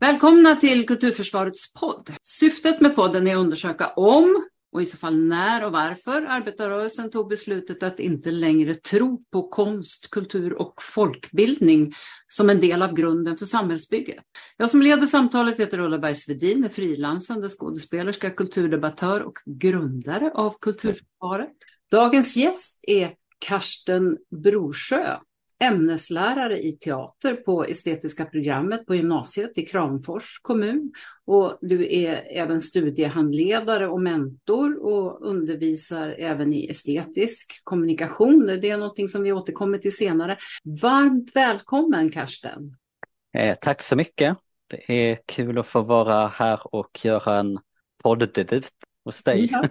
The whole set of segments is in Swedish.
Välkomna till Kulturförsvarets podd. Syftet med podden är att undersöka om, och i så fall när och varför, arbetarrörelsen tog beslutet att inte längre tro på konst, kultur och folkbildning som en del av grunden för samhällsbygget. Jag som leder samtalet heter Ulla Bergsvedin, är frilansande skådespelerska, kulturdebattör och grundare av Kulturförsvaret. Dagens gäst är Karsten Brorsjö, ämneslärare i teater på estetiska programmet på gymnasiet i Kramfors kommun. Och du är även studiehandledare och mentor och undervisar även i estetisk kommunikation. Det är något som vi återkommer till senare. Varmt välkommen, Karsten. Tack så mycket. Det är kul att få vara här och göra en podddebut hos dig. Ja.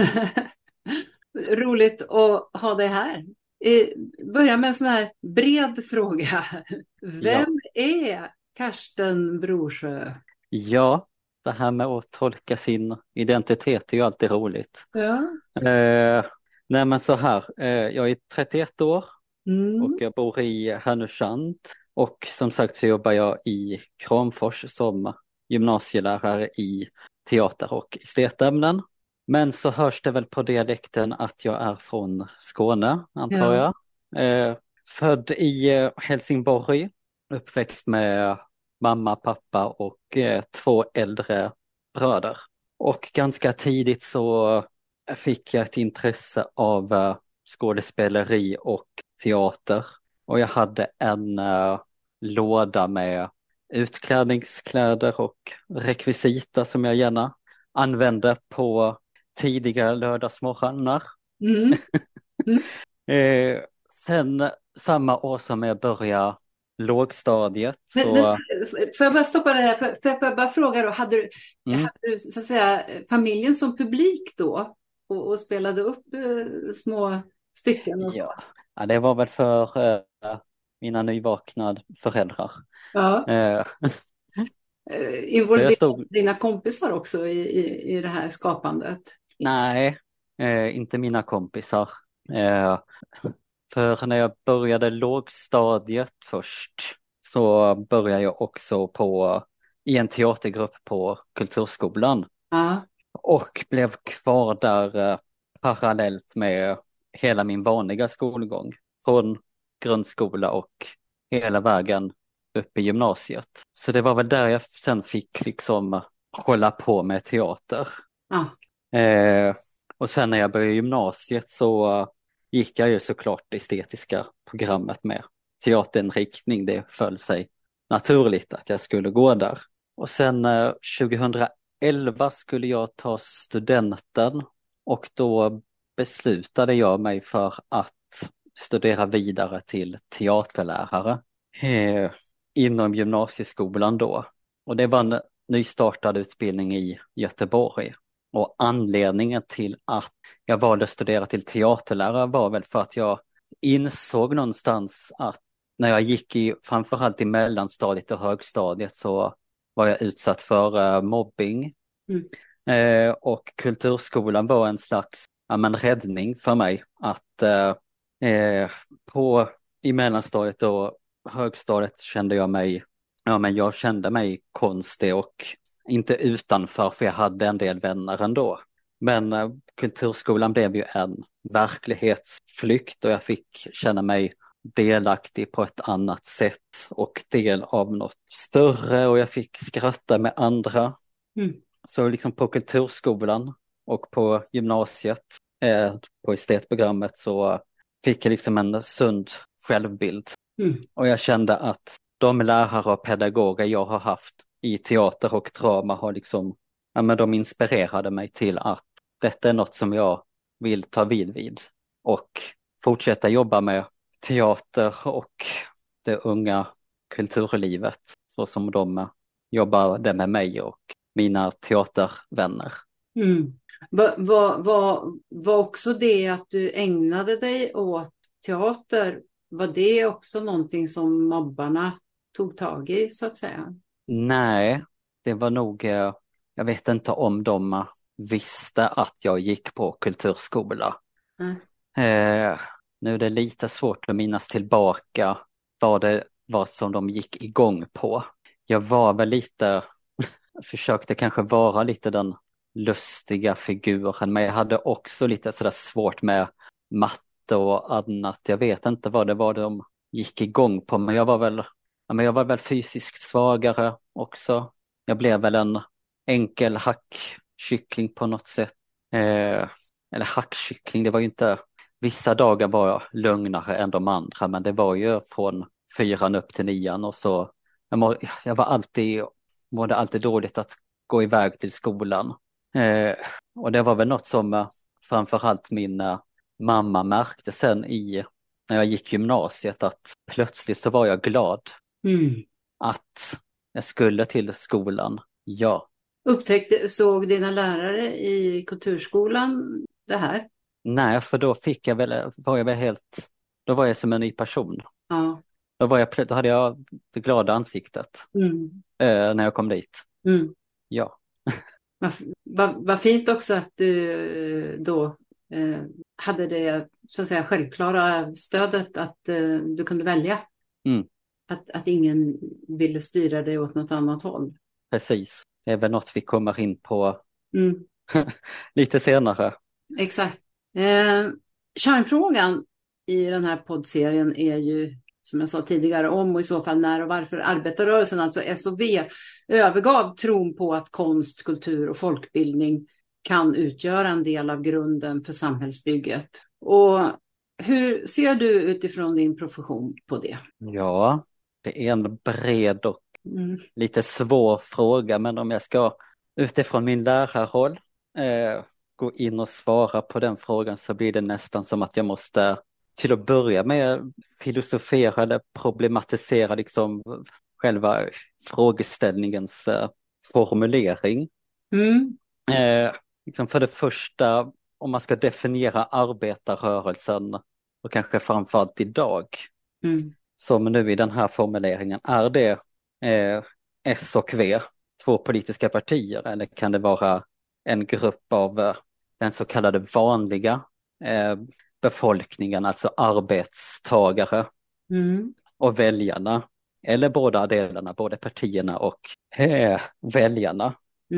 Roligt att ha dig här. Börja med en sån här bred fråga. Vem är Karsten Brorsjö? Ja, det här med att tolka sin identitet är ju alltid roligt. Ja. Nej men så här, jag är 31 år och jag bor i Härnösand. Och som sagt så jobbar jag i Kramfors som gymnasielärare i teater och estetämnen. Men så hörs det väl på dialekten att jag är från Skåne, antar jag. Född i Helsingborg, uppväxt med mamma, pappa och 2 äldre bröder. Och ganska tidigt så fick jag ett intresse av skådespeleri och teater. Och jag hade en låda med utklädningskläder och rekvisita som jag gärna använde på tidiga lördagsmorgnar. Sen samma år som jag började lågstadiet. Men, får jag bara stoppa det här? Får jag bara fråga då, hade du så att säga familjen som publik då och spelade upp små stycken? Och så? Ja, det var väl för mina nyvaknade föräldrar. Ja. Involverade dina kompisar också i det här skapandet? Nej, inte mina kompisar. För när jag började lågstadiet först så började jag också i en teatergrupp på Kulturskolan. Och blev kvar där parallellt med hela min vanliga skolgång. Från grundskola och hela vägen upp i gymnasiet. Så det var väl där jag sen fick liksom hålla på med teater. Och sen när jag började gymnasiet så gick jag ju såklart det estetiska programmet med teaterinriktning. Det föll sig naturligt att jag skulle gå där. Och sen 2011 skulle jag ta studenten och då beslutade jag mig för att studera vidare till teaterlärare inom gymnasieskolan då. Och det var en nystartad utbildning i Göteborg. Och anledningen till att jag valde att studera till teaterlärare var väl för att jag insåg någonstans att när jag gick framförallt i mellanstadiet och högstadiet så var jag utsatt för mobbing. Och kulturskolan var en slags räddning för mig att i mellanstadiet och högstadiet kände jag mig, jag kände mig konstig och inte utanför, för jag hade en del vänner ändå. Men kulturskolan blev ju en verklighetsflykt och jag fick känna mig delaktig på ett annat sätt och del av något större, och jag fick skratta med andra. Så liksom på kulturskolan och på gymnasiet på estetprogrammet så fick jag liksom en sund självbild. Och jag kände att de lärare och pedagoger jag har haft i teater och drama har liksom, de inspirerade mig till att detta är något som jag vill ta vid och fortsätta jobba med teater och det unga kulturlivet så som de jobbade med mig och mina teatervänner. Var också det att du ägnade dig åt teater, var det också någonting som mobbarna tog tag i så att säga? Nej, det var nog, jag vet inte om de visste att jag gick på kulturskola. Nu är det lite svårt att minnas tillbaka vad det var som de gick igång på. jag var väl lite, försökte kanske vara lite den lustiga figuren, men jag hade också lite sådär svårt med matte och annat. Jag vet inte vad det var de gick igång på, men jag var väl fysiskt svagare också. Jag blev väl en enkel hackkyckling på något sätt. Eller hackkyckling, det var ju inte, vissa dagar var jag lugnare än de andra, men det var ju från 4 upp till 9 och så. Jag mådde alltid dåligt att gå iväg till skolan. Och det var väl något som framförallt min mamma märkte sen när jag gick gymnasiet, att plötsligt så var jag glad att jag skulle till skolan. Ja. Såg dina lärare i kulturskolan det här? Nej, för då då var jag som en ny person. Ja. Då hade jag det glada ansiktet när jag kom dit. Ja. Vad fint också att du då hade det, så att säga, självklara stödet att du kunde välja. Att ingen ville styra dig åt något annat håll. Precis, det är väl något vi kommer in på lite senare. Exakt. Kärnfrågan i den här poddserien är ju, som jag sa tidigare, om och i så fall när och varför arbetarrörelsen, alltså SOV, övergav tron på att konst, kultur och folkbildning kan utgöra en del av grunden för samhällsbygget. Och hur ser du utifrån din profession på det? Ja, det är en bred och lite svår fråga, men om jag ska utifrån min lärarroll gå in och svara på den frågan, så blir det nästan som att jag måste till att börja med filosofera eller problematisera liksom själva frågeställningens formulering. Liksom för det första, om man ska definiera arbetarrörelsen, och kanske framförallt idag, som nu i den här formuleringen, är det S och V, 2 politiska partier, eller kan det vara en grupp av den så kallade vanliga befolkningen, alltså arbetstagare och väljarna, eller båda delarna, både partierna och väljarna.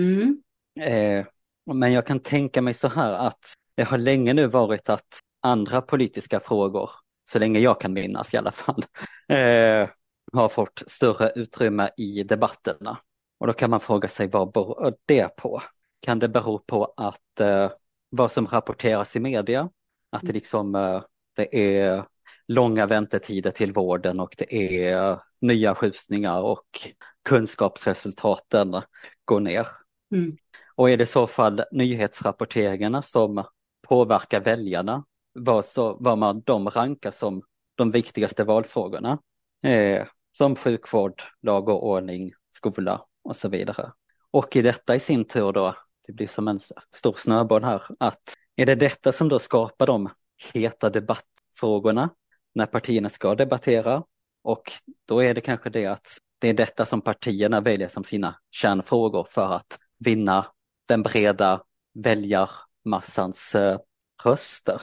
Men jag kan tänka mig så här att det har länge nu varit att andra politiska frågor, så länge jag kan minnas i alla fall, har fått större utrymme i debatterna. Och då kan man fråga sig, vad beror det på? Kan det bero på att vad som rapporteras i media, att det är långa väntetider till vården och det är nya skjutningar och kunskapsresultaten går ner? Och är det i så fall nyhetsrapporteringarna som påverkar väljarna, de rankar som de viktigaste valfrågorna, som sjukvård, lag och ordning, skola och så vidare. Och i detta i sin tur då, det blir som en stor snöboll här, att är det detta som då skapar de heta debattfrågorna när partierna ska debattera, och då är det kanske det att det är detta som partierna väljer som sina kärnfrågor för att vinna den breda väljarmassans röster.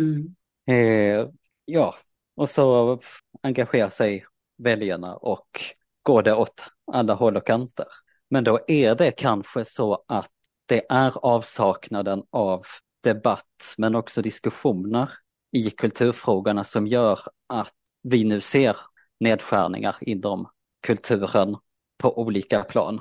Ja, och så engagerar sig väljarna och går det åt alla håll och kanter. Men då är det kanske så att det är avsaknaden av debatt, men också diskussioner i kulturfrågorna som gör att vi nu ser nedskärningar inom kulturen på olika plan.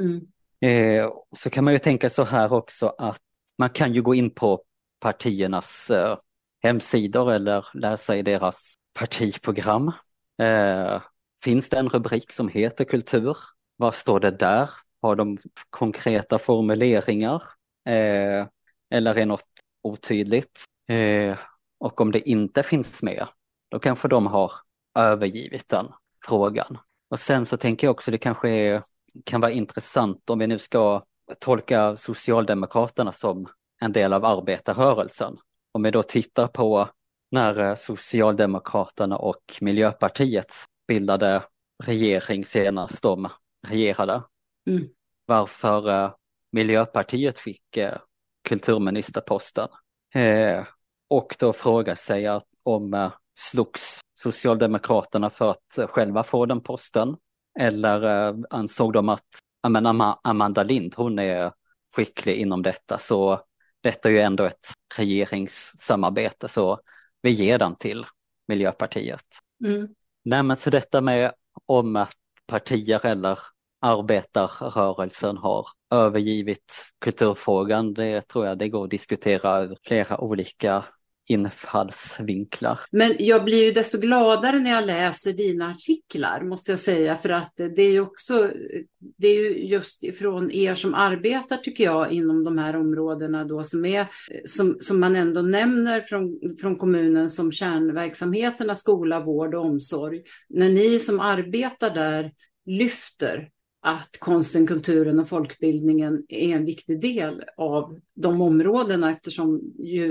Så kan man ju tänka så här också, att man kan ju gå in på partiernas hemsidor eller läsa i deras partiprogram. Finns det en rubrik som heter kultur? Vad står det där? Har de konkreta formuleringar? Eller är något otydligt? Och om det inte finns med, då kanske de har övergivit den frågan. Och sen så tänker jag också det kanske kan vara intressant, om vi nu ska tolka Socialdemokraterna som en del av arbetarrörelsen. Om vi då tittar på när Socialdemokraterna och Miljöpartiet bildade regering senast de regerade. Varför Miljöpartiet fick kulturministerposten. Och då frågar sig att om slogs Socialdemokraterna för att själva få den posten, Eller ansåg de att Amanda Lind, hon är skicklig inom detta, så detta är ju ändå ett regeringssamarbete, så vi ger den till Miljöpartiet. Mm. Nej, men så detta med om att partier eller arbetarrörelsen har övergivit kulturfrågan, det tror jag det går att diskutera ur flera olika infallsvinklar. Men jag blir ju desto gladare när jag läser dina artiklar, måste jag säga, för att det är ju också, det är ju just ifrån er som arbetar, tycker jag, inom de här områdena då, som man ändå nämner från kommunen som kärnverksamheterna, skola, vård och omsorg. När ni som arbetar där lyfter att konsten, kulturen och folkbildningen är en viktig del av de områdena, eftersom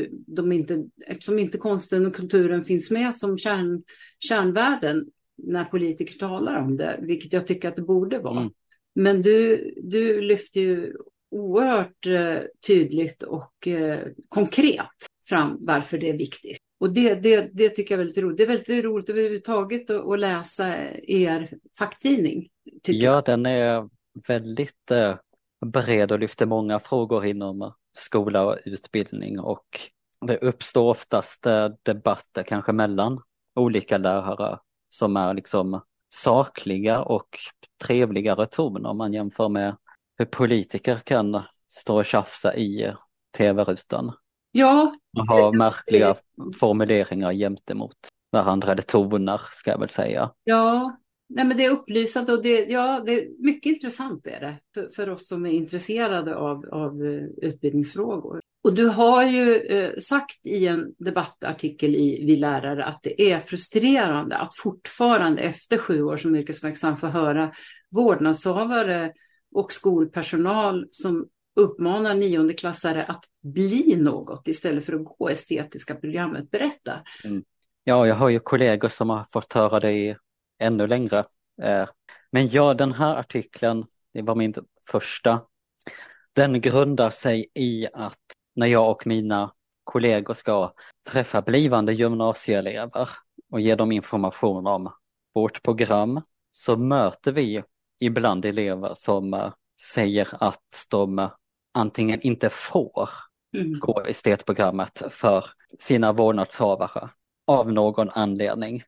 inte konsten och kulturen finns med som kärnvärden när politiker talar om det, vilket jag tycker att det borde vara. Mm. Men du lyfter ju oerhört tydligt och konkret fram varför det är viktigt. Och det tycker jag är väldigt roligt. Det är väldigt roligt överhuvudtaget att läsa er facktidning. Ja, den är väldigt bred och lyfter många frågor inom skola och utbildning, och det uppstår oftast debatter kanske mellan olika lärare som är liksom sakliga och trevligare ton om man jämför med hur politiker kan stå och tjafsa i tv-rutan. Ja. Och ha märkliga formuleringar jämt emot varandra, eller toner ska jag väl säga. Ja, nej, men det är upplysande och det är mycket intressant är det för oss som är intresserade av utbildningsfrågor. Och du har ju sagt i en debattartikel i Vi lärare att det är frustrerande att fortfarande efter 7 år som yrkesverksam få höra vårdnadshavare och skolpersonal som uppmanar 9-klassare att bli något istället för att gå estetiska programmet. Berätta. Mm. Ja, jag har ju kollegor som har fått höra det ännu längre. Men ja, den här artikeln, det var min första. Den grundar sig i att när jag och mina kollegor ska träffa blivande gymnasieelever och ge dem information om vårt program, så möter vi ibland elever som säger att de antingen inte får gå estetprogrammet för sina vårdnadshavare av någon anledning.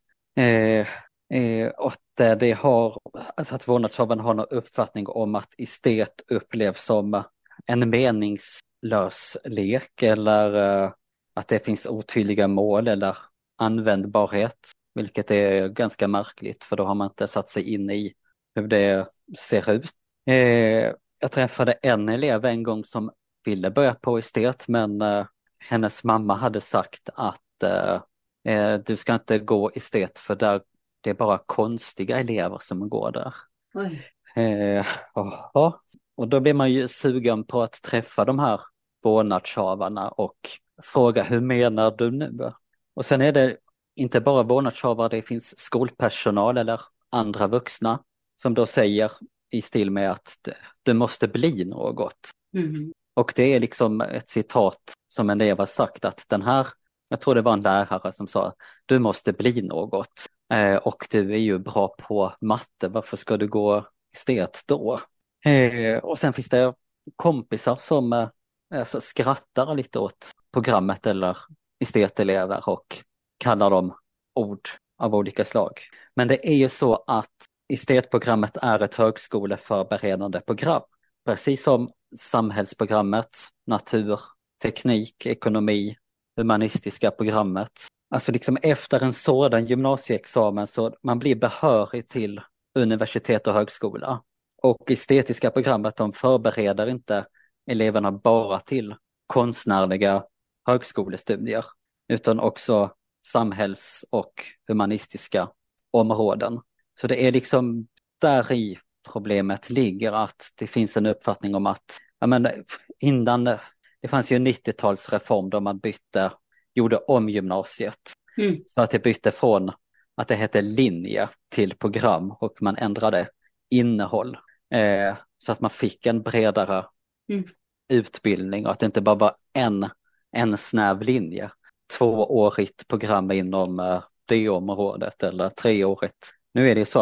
Och det har, alltså att vårdnadshavaren har någon uppfattning om att estet upplevs som en meningslös lek, eller att det finns otydliga mål eller användbarhet, vilket är ganska märkligt, för då har man inte satt sig in i hur det ser ut. Jag träffade en elev en gång som ville börja på estet, men hennes mamma hade sagt att du ska inte gå estet för det är bara konstiga elever som går där. Och då blir man ju sugen på att träffa de här vårdnadshavarna och fråga, hur menar du nu? Och sen är det inte bara vårdnadshavare, det finns skolpersonal eller andra vuxna som då säger i stil med att du måste bli något. Mm. Och det är liksom ett citat som en elev har sagt, att den här, jag tror det var en lärare som sa, du måste bli något. Och du är ju bra på matte, varför ska du gå estet då? Och sen finns det kompisar som alltså skrattar lite åt programmet eller estetelever och kallar dem ord av olika slag. Men det är ju så att estetprogrammet är ett högskoleförberedande program. Precis som samhällsprogrammet, natur, teknik, ekonomi, humanistiska programmet. Alltså liksom efter en sådan gymnasieexamen så man blir behörig till universitet och högskola. Och estetiska programmet, de förbereder inte eleverna bara till konstnärliga högskolestudier, utan också samhälls- och humanistiska områden. Så det är liksom där i problemet ligger, att det finns en uppfattning om att innan, det fanns ju en 90-talsreform då man gjorde om gymnasiet. Så att det bytte från att det hette linje till program, och man ändrade innehåll så att man fick en bredare utbildning, och att det inte bara var en snäv linje, 2-årigt program inom det området eller 3-årigt. Nu är det så att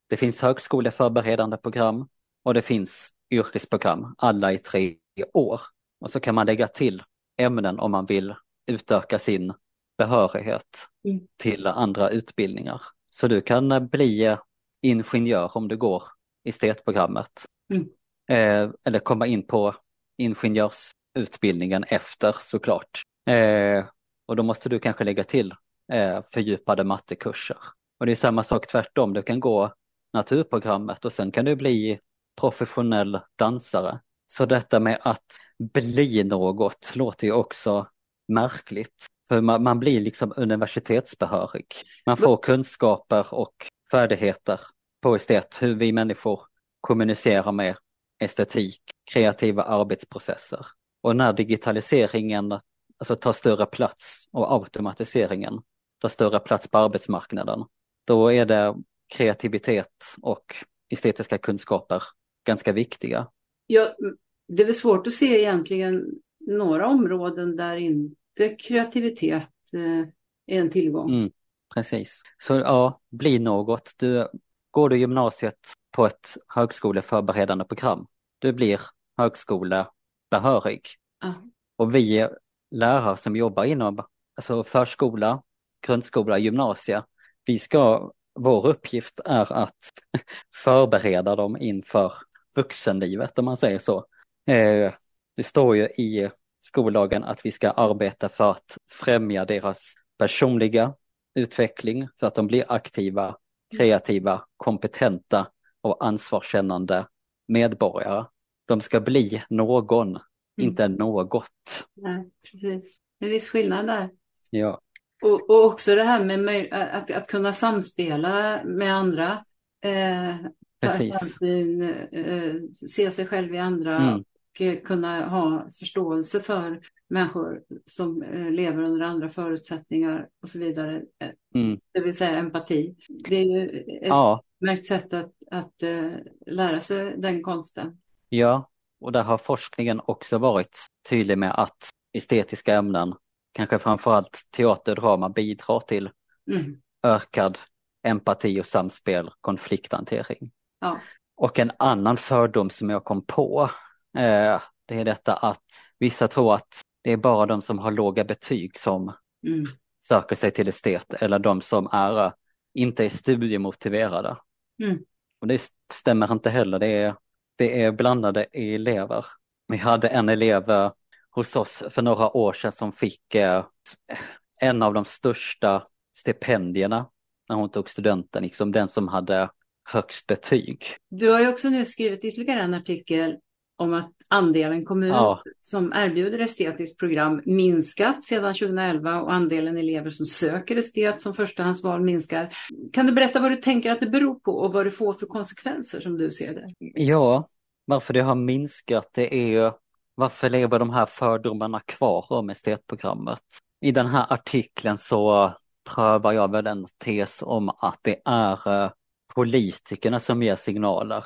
Det finns högskoleförberedande program och det finns yrkesprogram, alla i 3 år. Och så kan man lägga till ämnen om man vill utöka sin behörighet till andra utbildningar. Så du kan bli ingenjör om du går estetprogrammet. Eller komma in på ingenjörsutbildningen efter såklart. Och då måste du kanske lägga till fördjupade mattekurser. Och det är samma sak tvärtom, du kan gå naturprogrammet och sen kan du bli professionell dansare. Så detta med att bli något låter ju också märkligt. För man blir liksom universitetsbehörig. Man får kunskaper och färdigheter på estet, hur vi människor kommunicerar med estetik, kreativa arbetsprocesser. Och när digitaliseringen alltså tar större plats och automatiseringen tar större plats på arbetsmarknaden, då är det kreativitet och estetiska kunskaper ganska viktiga. Ja, det är väl svårt att se egentligen några områden där inte kreativitet är en tillgång. Precis. Så ja, bli något. Går du gymnasiet på ett högskoleförberedande program, du blir högskolebehörig. Och vi lärare som jobbar inom alltså förskola, grundskola, gymnasie, vår uppgift är att förbereda dem inför vuxenlivet, om man säger så. Det står ju i skollagen att vi ska arbeta för att främja deras personliga utveckling så att de blir aktiva, kreativa, kompetenta och ansvarskännande medborgare. De ska bli någon, inte något. Nej, precis. En viss skillnad där. Ja. Och också det här med att kunna samspela med andra. Se sig själv i andra och kunna ha förståelse för människor som lever under andra förutsättningar och så vidare. Det vill säga empati. Det är ju ett märkt sätt att lära sig den konsten. Ja, och där har forskningen också varit tydlig med att estetiska ämnen, kanske framförallt teater och drama, bidrar till ökad empati och samspel, konflikthantering. Ja. Och en annan fördom som jag kom på, det är detta att vissa tror att det är bara de som har låga betyg som söker sig till estet, eller de som inte är studiemotiverade. Och det stämmer inte heller, det är blandade elever. Vi hade en elev hos oss för några år sedan som fick en av de största stipendierna när hon tog studenten, liksom den som hade högst betyg. Du har ju också nu skrivit ytterligare en artikel om att andelen kommuner som erbjuder estetiskt program minskat sedan 2011 och andelen elever som söker estet som förstahandsval minskar. Kan du berätta vad du tänker att det beror på och vad det får för konsekvenser som du ser det? Ja, varför det har minskat, det är ju varför lever de här fördomarna kvar om estetprogrammet. I den här artikeln så prövar jag väl en tes om att det är politikerna som ger signaler.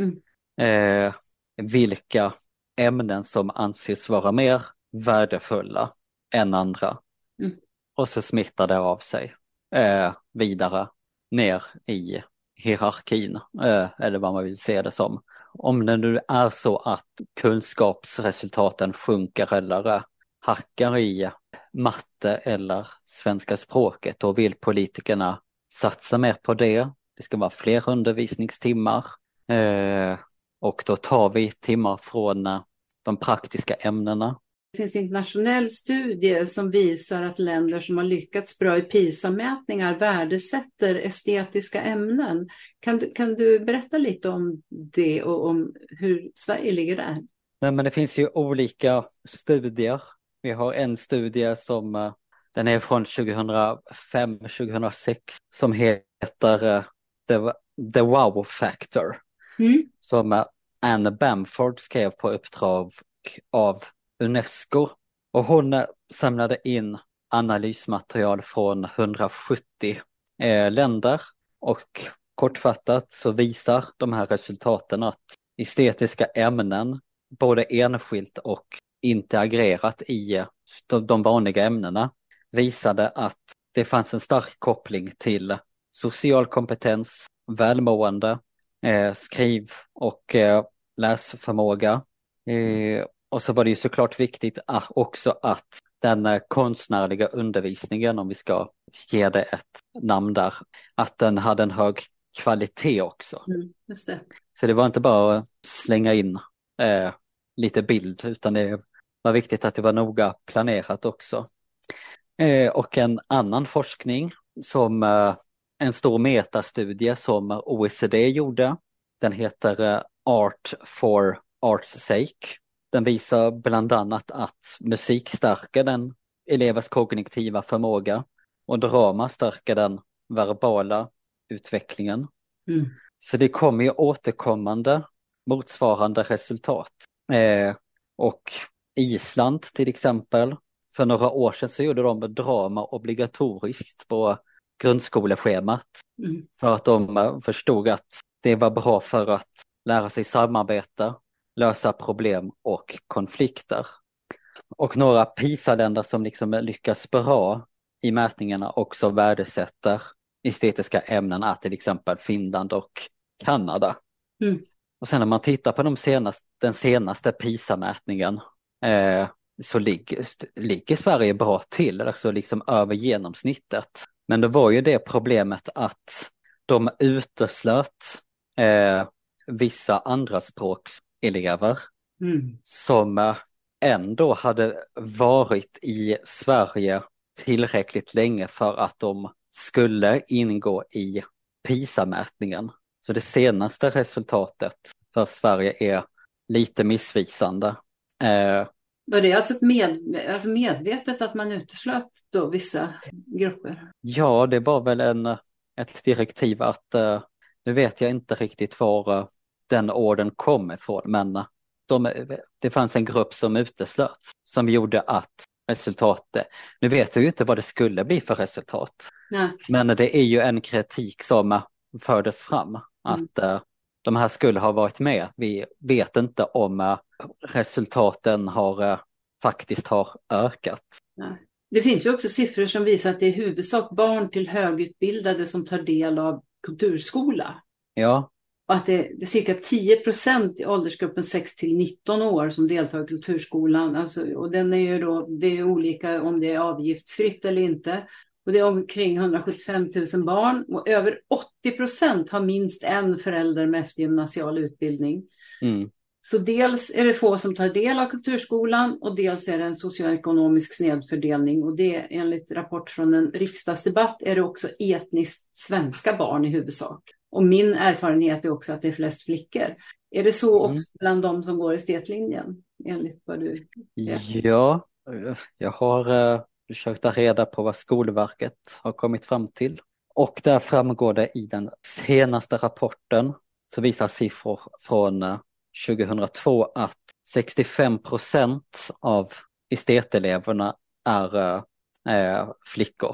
Vilka ämnen som anses vara mer värdefulla än andra. Och så smittar det av sig vidare ner i hierarkin, eller vad man vill se det som. Om det nu är så att kunskapsresultaten sjunker eller hackar i matte eller svenska språket, då vill politikerna satsa mer på det. Det ska vara fler undervisningstimmar och då tar vi timmar från de praktiska ämnena. Det finns internationell studie som visar att länder som har lyckats bra i PISA-mätningar värdesätter estetiska ämnen. Kan du berätta lite om det och om hur Sverige ligger där? Nej, men det finns ju olika studier. Vi har en studie som den är från 2005-2006 som heter The Wow Factor. Som Anne Bamford skrev på uppdrag av UNESCO. Och hon samlade in analysmaterial från 170 länder och kortfattat så visar de här resultaten att estetiska ämnen, både enskilt och integrerat i de vanliga ämnena, visade att det fanns en stark koppling till social kompetens, välmående, skriv- och läsförmåga. Och så var det ju såklart viktigt också att den konstnärliga undervisningen, om vi ska ge det ett namn där, att den hade en hög kvalitet också. Just det. Så det var inte bara att slänga in lite bild, utan det var viktigt att det var noga planerat också. Och en annan forskning som en stor metastudie som OECD gjorde, den heter Art for Art's Sake. Den visar bland annat att musik stärker den elevers kognitiva förmåga och drama stärker den verbala utvecklingen. Så det kommer ju återkommande motsvarande resultat. Och Island till exempel, för några år sedan så gjorde de drama obligatoriskt på grundskoleschemat. För att de förstod att det var bra för att lära sig samarbeta, lösa problem och konflikter. Och några PISA-länder som liksom lyckas bra i mätningarna också värdesätter estetiska ämnen är till exempel Finland och Kanada. Och sen när man tittar på den senaste PISA-mätningen så ligger Sverige bra till, alltså liksom över genomsnittet. Men det var ju det problemet att de uteslöt vissa andraspråkselever som ändå hade varit i Sverige tillräckligt länge för att de skulle ingå i PISA-mätningen. Så det senaste resultatet för Sverige är lite missvisande. Var det alltså medvetet att man uteslöt då vissa grupper? Ja, det var väl ett direktiv att, nu vet jag inte riktigt var den orden kom ifrån, men det fanns en grupp som uteslöts som gjorde att resultatet, nu vet jag ju inte vad det skulle bli för resultat. Nej. Men det är ju en kritik som fördes fram att de här skulle ha varit med. Vi vet inte om resultaten faktiskt har ökat. Nej. Det finns ju också siffror som visar att det är huvudsak barn till högutbildade som tar del av kulturskola. Ja. Och att det är cirka 10% i åldersgruppen 6-19 år som deltar i kulturskolan. Alltså, och den är ju då, det är olika om det är avgiftsfritt eller inte. Och det är omkring 175 000 barn och över 80% har minst en förälder med eftergymnasial utbildning. Så dels är det få som tar del av kulturskolan och dels är det en socioekonomisk snedfördelning. Och det enligt rapport från en riksdagsdebatt är det också etniskt svenska barn i huvudsak. Och min erfarenhet är också att det är flest flickor. Är det så också bland de som går estetlinjen? Enligt vad du vet? Ja, jag har försökt ta reda på vad Skolverket har kommit fram till. Och där framgår det i den senaste rapporten, så visar siffror från 2002 att 65% av esteteleverna är flickor.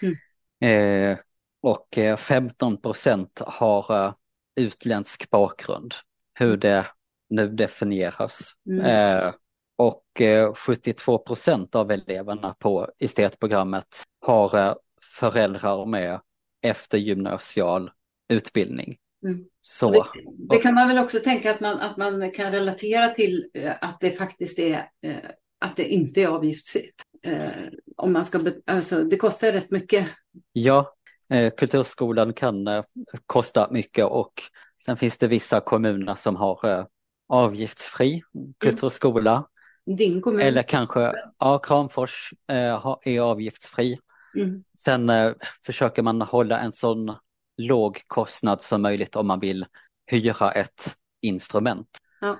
Och 15% har utländsk bakgrund, hur det nu definieras. Och 72% av eleverna på estetprogrammet har föräldrar med eftergymnasial utbildning. Så. Det kan man väl också tänka att man kan relatera till att det faktiskt är att det inte är avgiftsfritt. Om man ska alltså, det kostar rätt mycket. Ja, kulturskolan kan kosta mycket och sen finns det vissa kommuner som har avgiftsfri kulturskola. Din kommun? Eller kanske, Kramfors är avgiftsfri. Sen försöker man hålla en sån låg kostnad som möjligt om man vill hyra ett instrument.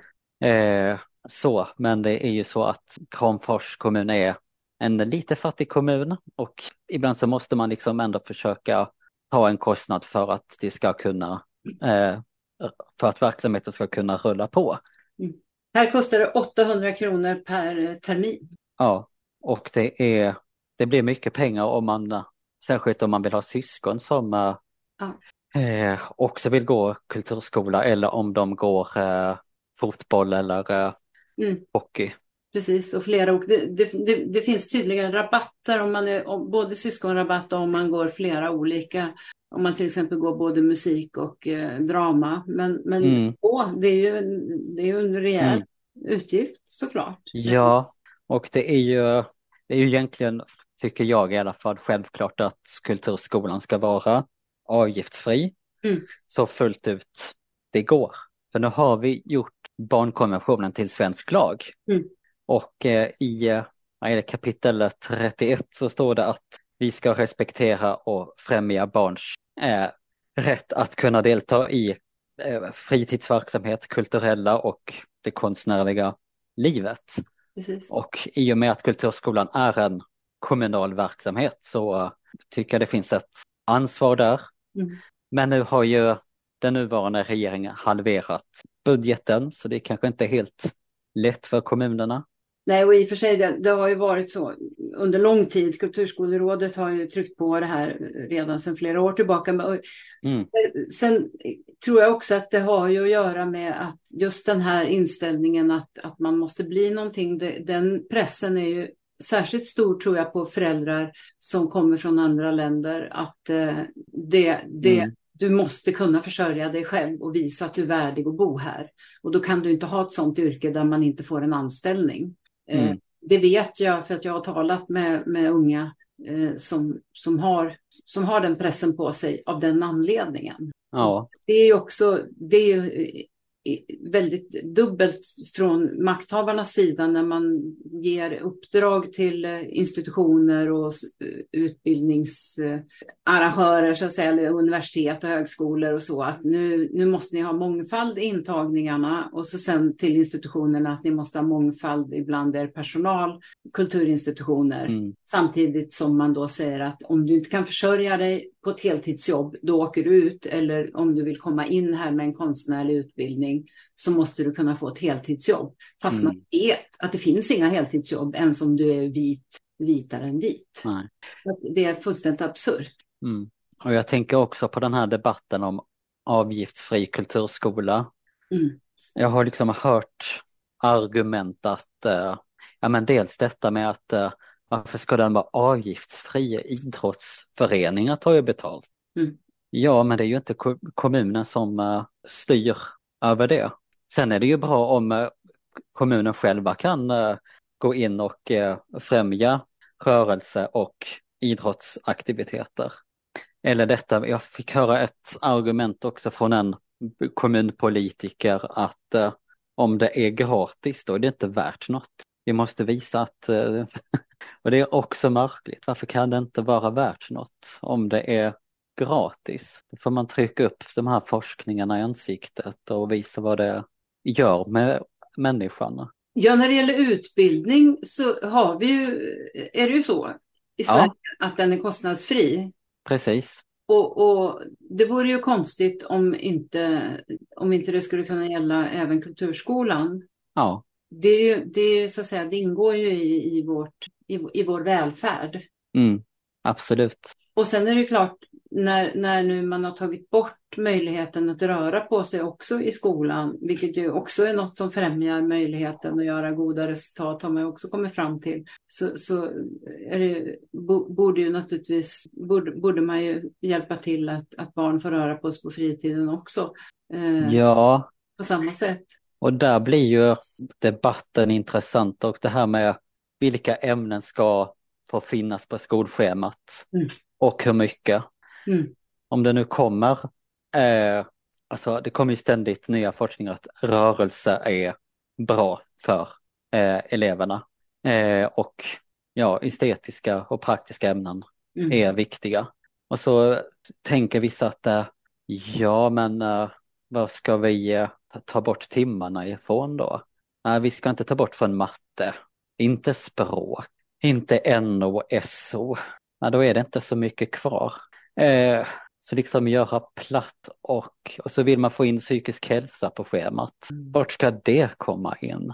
Men det är ju så att Kramfors kommun är en lite fattig kommun och ibland så måste man liksom ändå försöka ta en kostnad för att det ska kunna för att verksamheten ska kunna rulla på. Här kostar det 800 kronor per termin. Ja, och det blir mycket pengar särskilt om man vill ha syskon som också vill gå kulturskola eller om de går fotboll eller hockey. Precis, och det finns tydliga rabatter om man är både syskonrabatt och om man går flera olika om man till exempel går både musik och drama. Men det är ju en rejäl utgift såklart. Ja, och det är ju egentligen, tycker jag i alla fall, självklart att kulturskolan ska vara avgiftsfri så fullt ut det går. För nu har vi gjort barnkonventionen till svensk lag. Och i kapitel 31 så står det att vi ska respektera och främja barns rätt att kunna delta i fritidsverksamhet, kulturella och det konstnärliga livet. Precis. Och i och med att kulturskolan är en kommunal verksamhet så tycker jag det finns ett ansvar där. Men nu har ju den nuvarande regeringen halverat budgeten, så det är kanske inte helt lätt för kommunerna. Nej, och i och för sig det har ju varit så under lång tid. Kulturskolerådet har ju tryckt på det här redan sedan flera år tillbaka. Sen tror jag också att det har ju att göra med att just den här inställningen att man måste bli någonting. Den pressen är ju särskilt stor, tror jag, på föräldrar som kommer från andra länder. Att du måste kunna försörja dig själv och visa att du är värdig att bo här. Och då kan du inte ha ett sånt yrke där man inte får en anställning. Det vet jag för att jag har talat med unga som har den pressen på sig av den anledningen. Ja. Det är ju väldigt dubbelt från makthavarnas sida när man ger uppdrag till institutioner och utbildningsarrangörer så att säga, eller universitet och högskolor och så, att nu måste ni ha mångfald i intagningarna, och så sen till institutionerna att ni måste ha mångfald ibland er personal, kulturinstitutioner, samtidigt som man då säger att om du inte kan försörja dig på ett heltidsjobb, då åker du ut, eller om du vill komma in här med en konstnärlig utbildning så måste du kunna få ett heltidsjobb. Fast man vet att det finns inga heltidsjobb ens om du är vitare än vit. Nej. Det är fullständigt absurt. Och jag tänker också på den här debatten om avgiftsfri kulturskola. Jag har liksom hört argument att men dels detta med att varför ska den vara avgiftsfri? Idrottsföreningar tar ju betalt. Ja, men det är ju inte kommunen som styr över det. Sen är det ju bra om kommunen själva kan gå in och främja rörelse och idrottsaktiviteter. Eller detta, jag fick höra ett argument också från en kommunpolitiker att om det är gratis då är det inte värt något. Vi måste visa att, och det är också märkligt, varför kan det inte vara värt något om det är gratis? Då får man trycka upp de här forskningarna i ansiktet och visa vad det gör med människan. Ja, när det gäller utbildning så är det ju så i Sverige att den är kostnadsfri. Precis. Och det vore ju konstigt om inte det skulle kunna gälla även kulturskolan. Ja. Det är så att säga, det ingår ju i vår välfärd. Absolut. Och sen är det klart, när nu man har tagit bort möjligheten att röra på sig också i skolan, vilket ju också är något som främjar möjligheten att göra goda resultat, har man också kommit fram till, så är det, borde man ju hjälpa till att barn får röra på sig på fritiden också. Ja. På samma sätt. Och där blir ju debatten intressant, och det här med vilka ämnen ska få finnas på skolschemat och hur mycket. Om det nu kommer, alltså det kommer ju ständigt nya forskningar att rörelse är bra för eleverna. Och ja, estetiska och praktiska ämnen är viktiga. Och så tänker vissa att vad ska vi ta bort timmarna ifrån då? Nej, vi ska inte ta bort från matte, inte språk, inte NO, SO. Ja, då är det inte så mycket kvar. Så liksom göra platt och så vill man få in psykisk hälsa på schemat. Vart ska det komma in?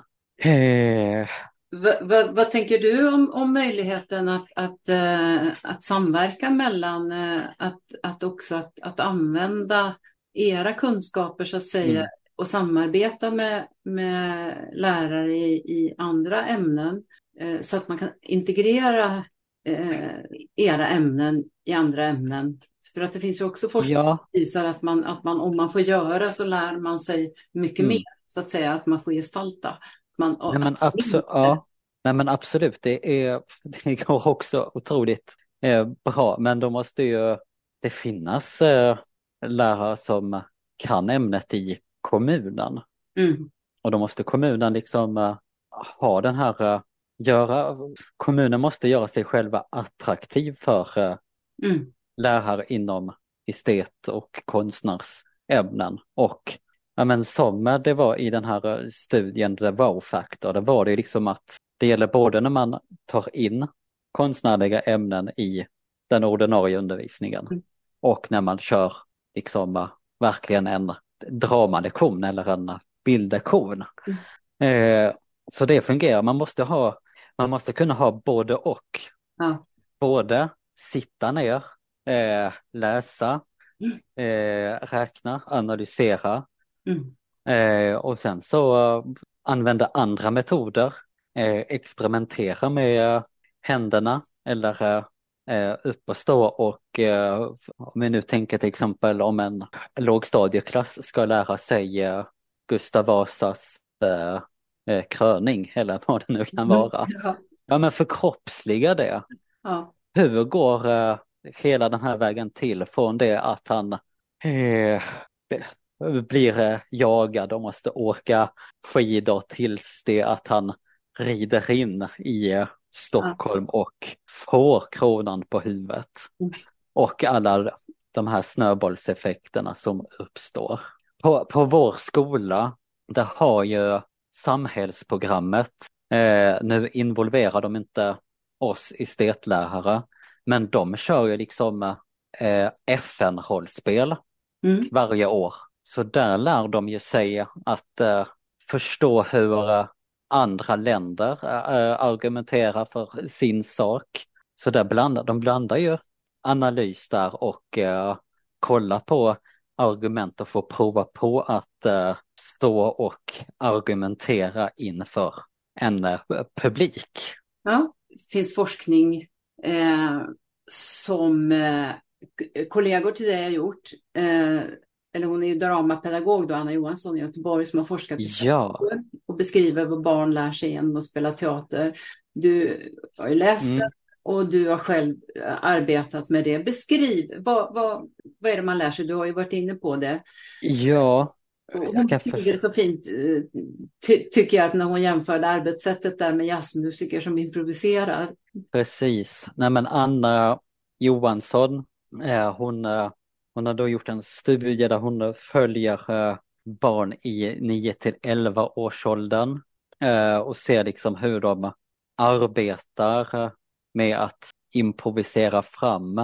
Vad tänker du om möjligheten att samverka mellan att använda era kunskaper så att säga och samarbeta med lärare i andra ämnen så att man kan integrera era ämnen i andra ämnen För att det finns ju också forskning som Ja, visar att man om man får göra så lär man sig mycket mer, mm. så att säga, att man får gestalta. Man, Nej, att men absolut, ja. Nej, men absolut, det går också otroligt bra, men då måste ju det finnas lärare som kan ämnet i kommunen. Mm, Och då måste kommunen liksom ha den här, kommunen måste göra sig själva attraktiv för mm, lärare inom estet och konstnärsämnen. Och ja, men som det var i den här studien, The Wow-faktor, det var det liksom att det gäller både när man tar in konstnärliga ämnen i den ordinarie undervisningen mm, och när man kör liksom verkligen en dramalektion eller en bildlektion. mm. Så det fungerar, man måste kunna ha både och. Ja. Både sitta ner, läsa, Mm, räkna, analysera mm, och sen så använda andra metoder, experimentera med händerna eller upp och stå och om vi nu tänker till exempel om en lågstadieklass ska lära sig Gustav Vasas kröning eller vad det nu kan mm. vara. Ja. Ja, men förkroppsliga det. Ja. Hur går hela den här vägen till från det att han eh, blir jagad och måste åka skidor tills det att han rider in i Ja. Stockholm och får kronan på huvudet. Mm. Och alla de här snöbollseffekterna som uppstår. På vår skola, där har ju samhällsprogrammet, nu involverar de inte oss estetlärare, men de kör ju liksom FN-rollspel Mm. varje år. Så där lär de ju sig att förstå hur andra länder argumenterar för sin sak. Så där de blandar ju analys där och kolla på argument och få prova på att stå och argumentera inför en publik. Ja. Det finns forskning som kollegor till dig har gjort. Eller hon är ju dramapedagog då, Anna Johansson i Göteborg, som har forskat i Ja. teater och beskriver vad barn lär sig genom att spela teater. Du har ju läst det och du har själv arbetat med det. Beskriv, vad är det man lär sig? Du har ju varit inne på det. Ja, Och hon jag kan beskriver det så fint, tycker jag, att när hon jämförde arbetssättet där med jazzmusiker som improviserar. precis. Nej, men Anna Johansson, hon har då gjort en studie där hon följer barn i 9 till 11 årsåldern och ser liksom hur de arbetar med att improvisera fram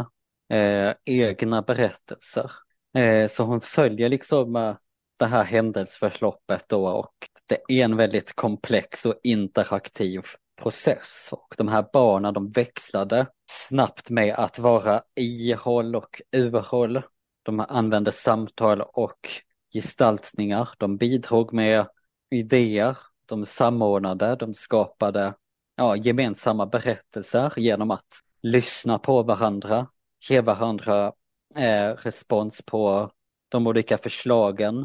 egna berättelser. Så hon följer liksom det här händelseförloppet då, och det är en väldigt komplex och interaktiv process. Och de här barnen, de växlade snabbt med att vara i-håll och ur-håll. De använde samtal och gestaltningar. De bidrog med idéer. De samordnade, de skapade gemensamma berättelser genom att lyssna på varandra, ge varandra respons på de olika förslagen.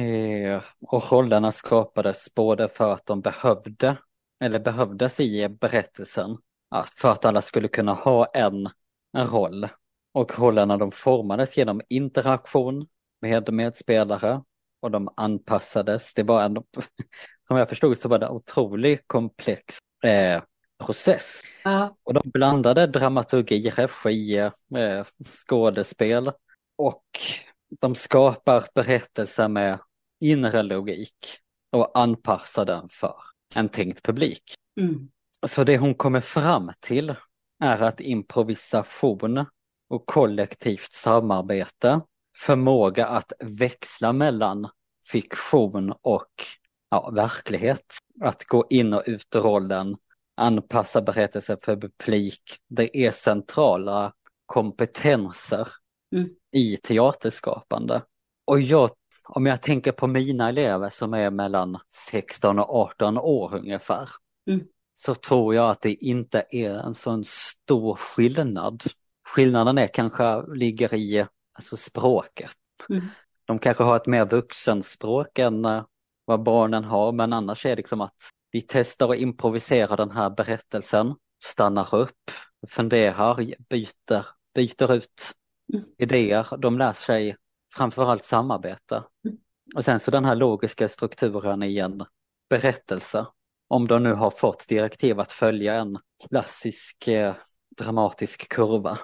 Och rollerna skapades både för att de behövdes i berättelsen, för att alla skulle kunna ha en roll. Och rollerna, de formades genom interaktion med medspelare och de anpassades. Det var som jag förstod så var det en otroligt komplex process. Ja. Och de blandade dramaturgi, regi, skådespel och de skapar berättelser med inre logik och anpassar den för en tänkt publik. Mm. Så det hon kommer fram till är att improvisation och kollektivt samarbete, förmåga att växla mellan fiktion och verklighet, att gå in och ut i rollen, anpassa berättelser för publik, det är centrala kompetenser i teaterskapande. Och om jag tänker på mina elever som är mellan 16 och 18 år ungefär, så tror jag att det inte är en sån stor skillnad. skillnaden är kanske ligger i alltså språket. De kanske har ett mer vuxenspråk än vad barnen har, men annars är det liksom att vi testar och improviserar den här berättelsen, stannar upp, funderar, byter ut idéer. De lär sig framförallt samarbeta. Och sen så den här logiska strukturen i en berättelse. Om de nu har fått direktiv att följa en klassisk dramatisk kurva.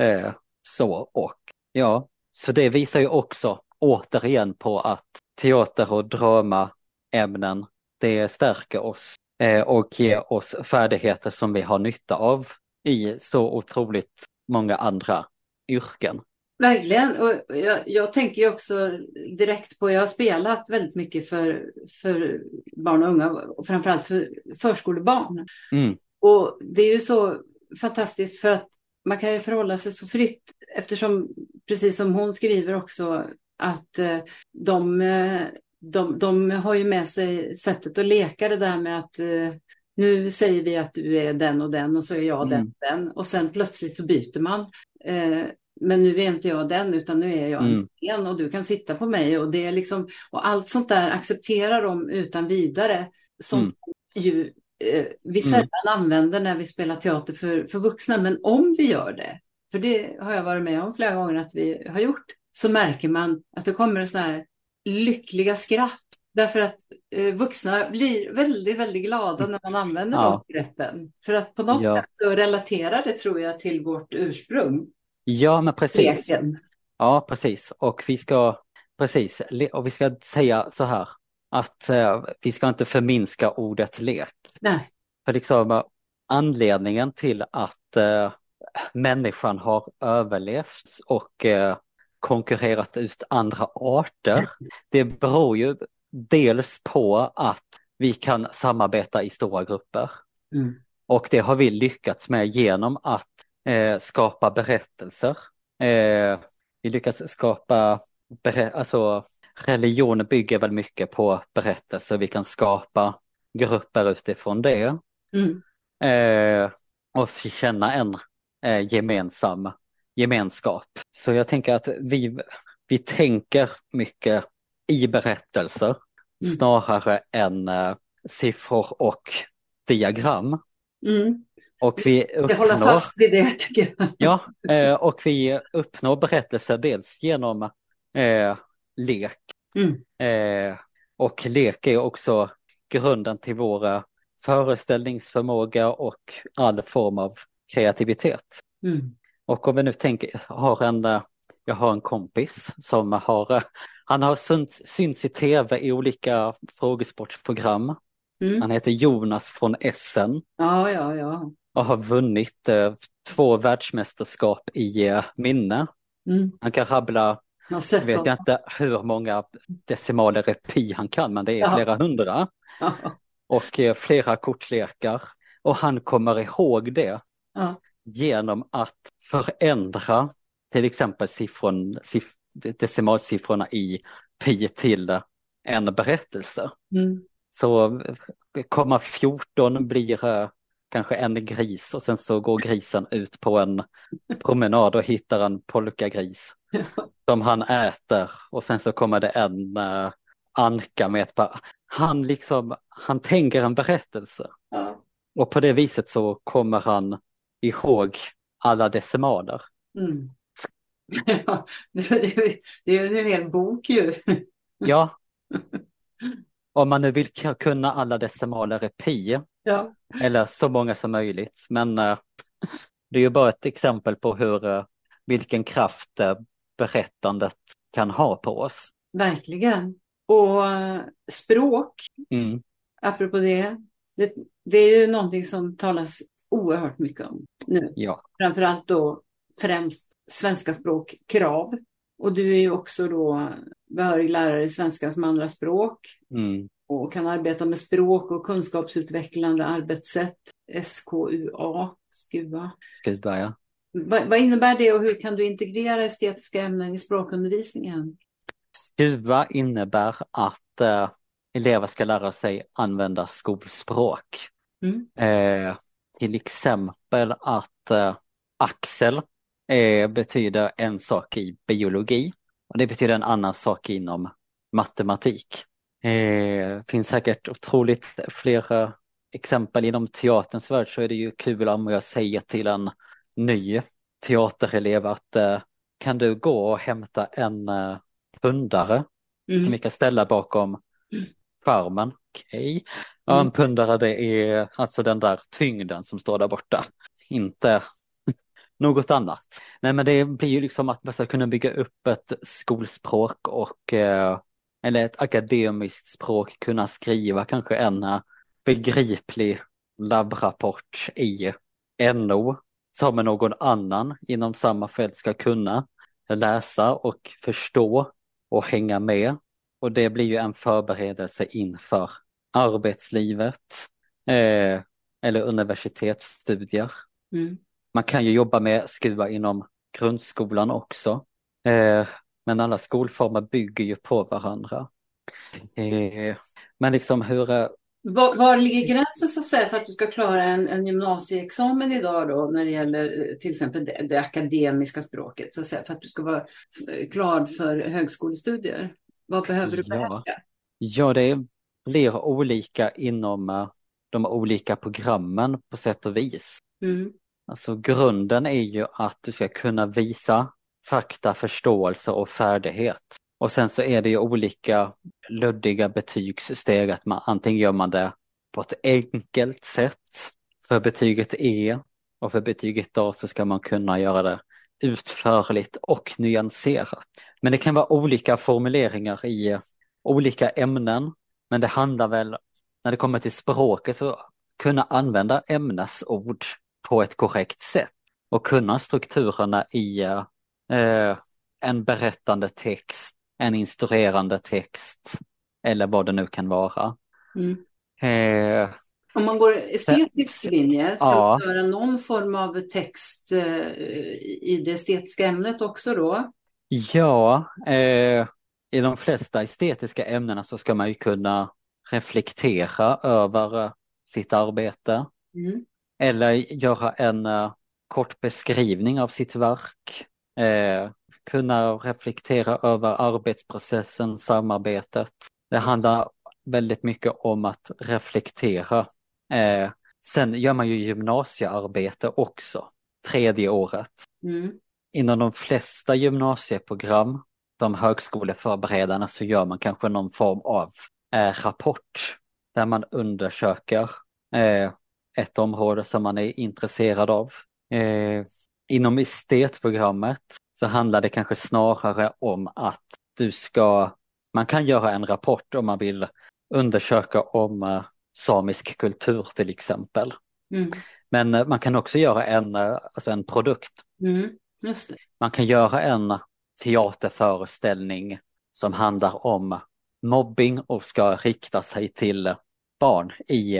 Så det visar ju också återigen på att teater och dramaämnen, det stärker oss och ger oss färdigheter som vi har nytta av i så otroligt många andra yrken. Verkligen, och jag tänker ju också direkt på, jag har spelat väldigt mycket för barn och unga och framförallt för förskolebarn. Och det är ju så fantastiskt för att man kan ju förhålla sig så fritt eftersom, precis som hon skriver också, att de har ju med sig sättet att leka det där med att nu säger vi att du är den och den och så är jag den och sen plötsligt så byter man. Men nu är inte jag den utan nu är jag en sten och du kan sitta på mig och det är liksom, och allt sånt där accepterar de utan vidare som ju vi sällan använder när vi spelar teater för vuxna, men om vi gör det, för det har jag varit med om flera gånger att vi har gjort, så märker man att det kommer såna här lyckliga skratt därför att vuxna blir väldigt, väldigt glada när man använder de greppen, för att på något sätt så relaterar det, tror jag, till vårt ursprung. Ja, men precis. Leken. Ja, precis. Och vi ska säga så här att vi ska inte förminska ordet lek. Nej. För liksom anledningen till att människan har överlevt och konkurrerat ut andra arter, det beror ju dels på att vi kan samarbeta i stora grupper. Och det har vi lyckats med genom att skapa berättelser. Vi lyckas skapa, religion bygger väl mycket på berättelser. Vi kan skapa grupper utifrån det. Och känna en gemensam gemenskap. Så jag tänker att vi tänker mycket i berättelser snarare än siffror och diagram. Och vi jag håller fast vid det, tycker jag. Ja, och vi uppnår berättelser dels genom lek. Och lek är också grunden till våra föreställningsförmåga och all form av kreativitet. Och om vi nu tänker, jag har en kompis som han har synts i tv i olika frågesportsprogram. Han heter Jonas från Essen. Ja. Och har vunnit 2 världsmästerskap i minne. Han kan rabbla, jag vet inte hur många decimaler i pi han kan, men det är flera hundra. Och flera kortlekar. Och han kommer ihåg det genom att förändra till exempel decimalsiffrorna i pi till en berättelse. Så 14 blir kanske en gris och sen så går grisen ut på en promenad och hittar en polkagris som han äter och sen så kommer det en anka med ett par. Han tänker en berättelse och på det viset så kommer han ihåg alla decimaler. Ja, det är en hel bok ju. Ja. Om man nu vill kunna alla decimaler i pi. Ja. Eller så många som möjligt. Men det är ju bara ett exempel på vilken kraft berättandet kan ha på oss. Verkligen. Och språk, apropå det är ju någonting som talas oerhört mycket om nu. Ja. Framförallt då främst svenska språk, krav. Och du är ju också då behörig lärare i svenska som andra språk. Och kan arbeta med språk och kunskapsutvecklande arbetssätt. SKUA. Ja. Vad innebär det och hur kan du integrera estetiska ämnen i språkundervisningen? SKUA innebär att elever ska lära sig använda skolspråk. Till exempel att Axel betyder en sak i biologi och det betyder en annan sak inom matematik. Finns säkert otroligt flera exempel inom teaterns värld, så är det ju kul om jag säger till en ny teaterelev att kan du gå och hämta en pundare som vi kan ställa bakom skärmen. Okej. Ja, en pundare, det är alltså den där tyngden som står där borta. Inte något annat. Nej, men det blir ju liksom att man ska kunna bygga upp ett skolspråk och eller ett akademiskt språk, kunna skriva kanske en begriplig labbrapport i NO som någon annan inom samma fält ska kunna läsa och förstå och hänga med. Och det blir ju en förberedelse inför arbetslivet eller universitetsstudier. Man kan ju jobba med skruva inom grundskolan också. Men alla skolformer bygger ju på varandra. Men liksom hur... Var ligger gränsen så att säga för att du ska klara en gymnasieexamen idag då när det gäller till exempel det akademiska språket så att säga, för att du ska vara klar för högskolestudier? Vad behöver du behärska? Ja, det blir olika inom de olika programmen på sätt och vis. Alltså grunden är ju att du ska kunna visa fakta, förståelse och färdighet. Och sen så är det ju olika luddiga betygssteg, att man antingen gör man det på ett enkelt sätt för betyget E och för betyget A så ska man kunna göra det utförligt och nyanserat. Men det kan vara olika formuleringar i olika ämnen, men det handlar väl när det kommer till språket så kunna använda ämnesord på ett korrekt sätt och kunna strukturerna i en berättande text, en instruerande text eller vad det nu kan vara. Om man går estetisk linje ska man göra någon form av text i det estetiska ämnet också då? Ja, i de flesta estetiska ämnena så ska man ju kunna reflektera över sitt arbete. Eller göra en kort beskrivning av sitt verk. Kunna reflektera över arbetsprocessen, samarbetet. Det handlar väldigt mycket om att reflektera. Sen gör man ju gymnasiearbete också, 3:e året. Inom de flesta gymnasieprogram, de högskoleförberedarna, så gör man kanske någon form av rapport där man undersöker ett område som man är intresserad av. Inom estetprogrammet så handlar det kanske snarare om att man kan göra en rapport om man vill undersöka om samisk kultur till exempel. Men man kan också göra en produkt. Just det. Man kan göra en teaterföreställning som handlar om mobbing och ska rikta sig till barn i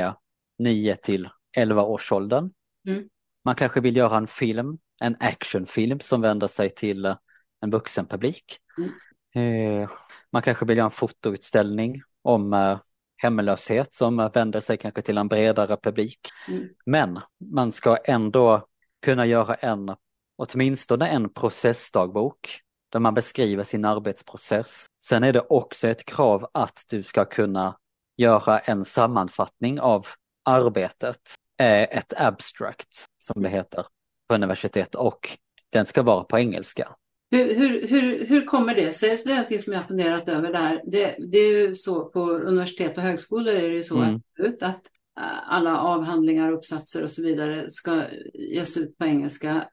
9-11-årsåldern. Man kanske vill göra en film, en actionfilm som vänder sig till en vuxenpublik. Man kanske vill göra en fotoutställning om hemlöshet som vänder sig kanske till en bredare publik. Men man ska ändå kunna göra åtminstone en processdagbok där man beskriver sin arbetsprocess. Sen är det också ett krav att du ska kunna göra en sammanfattning av arbetet, ett abstract som det heter på universitet, och den ska vara på engelska. Hur kommer det sig? Det är något som jag har funderat över där. Det är ju så på universitet och högskolor är det ju så att alla avhandlingar, uppsatser och så vidare ska ges ut på engelska.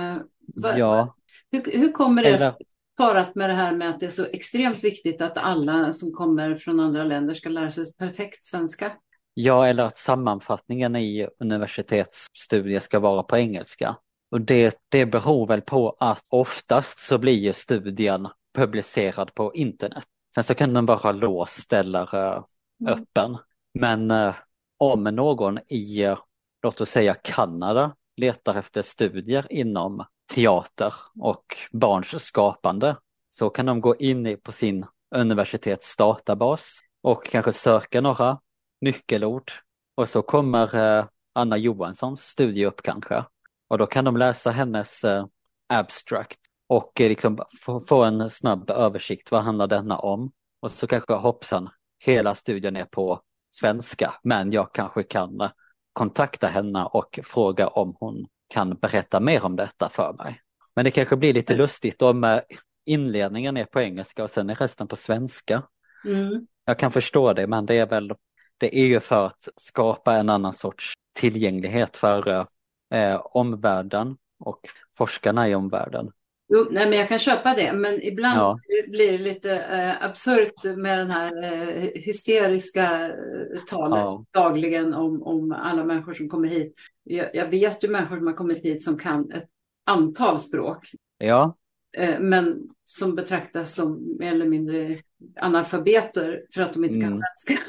Hur kommer det parat med det här med att det är så extremt viktigt att alla som kommer från andra länder ska lära sig perfekt svenska? Ja, eller att sammanfattningen i universitetsstudier ska vara på engelska. Och det beror väl på att oftast så blir ju studien publicerad på internet. Sen så kan den vara låst eller öppen. Men om någon i, låt oss säga Kanada, letar efter studier inom teater och barns skapande, så kan de gå in på sin universitetsdatabas och kanske söka några nyckelord. Och så kommer Anna Johanssons studie upp kanske. Och då kan de läsa hennes abstract och liksom få en snabb översikt, vad handlar denna om? Och så kanske hoppsan, hela studien är på svenska, men jag kanske kan kontakta henne och fråga om hon kan berätta mer om detta för mig. Men det kanske blir lite lustigt om inledningen är på engelska och sen är resten på svenska. Mm. Jag kan förstå det, men det är ju för att skapa en annan sorts tillgänglighet för omvärlden och forskarna i omvärlden. Jo, nej, men jag kan köpa det, men ibland blir det lite absurt med den här hysteriska talet dagligen om alla människor som kommer hit. Jag vet ju människor som har kommit hit som kan ett antal språk, men som betraktas som mer eller mindre analfabeter för att de inte kan svenska.